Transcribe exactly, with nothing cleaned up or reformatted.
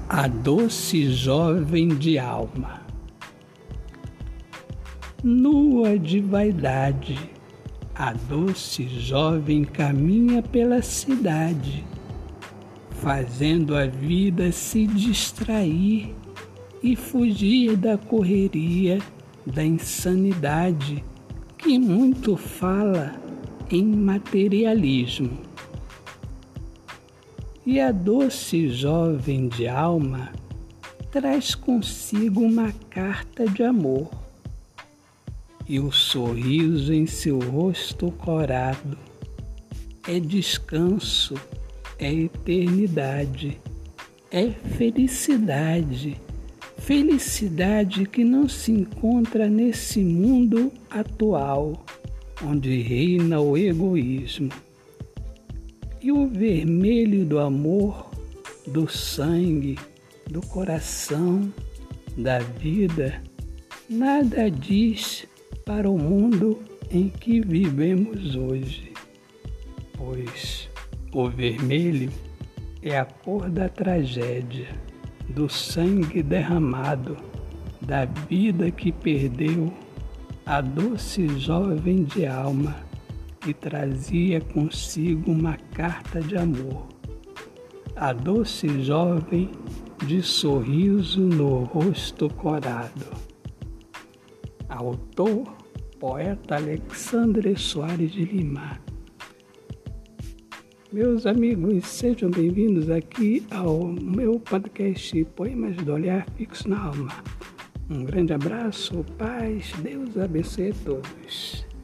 A doce jovem de alma, nua de vaidade, a doce jovem caminha pela cidade, fazendo a vida se distrair e fugir da correria da insanidade que muito fala em materialismo. E a doce jovem de alma traz consigo uma carta de amor, e o sorriso em seu rosto corado é descanso, é eternidade, é felicidade, felicidade que não se encontra nesse mundo atual, onde reina o egoísmo. E o vermelho do amor, do sangue, do coração, da vida, nada diz para o mundo em que vivemos hoje, pois o vermelho é a cor da tragédia, do sangue derramado, da vida que perdeu a doce jovem de alma, que trazia consigo uma carta de amor, a doce jovem de sorriso no rosto corado. Autor, poeta Alexandre Soares de Lima. Meus amigos, sejam bem-vindos aqui ao meu podcast Poemas do Olhar Fixo na Alma. Um grande abraço, paz, Deus abençoe a todos.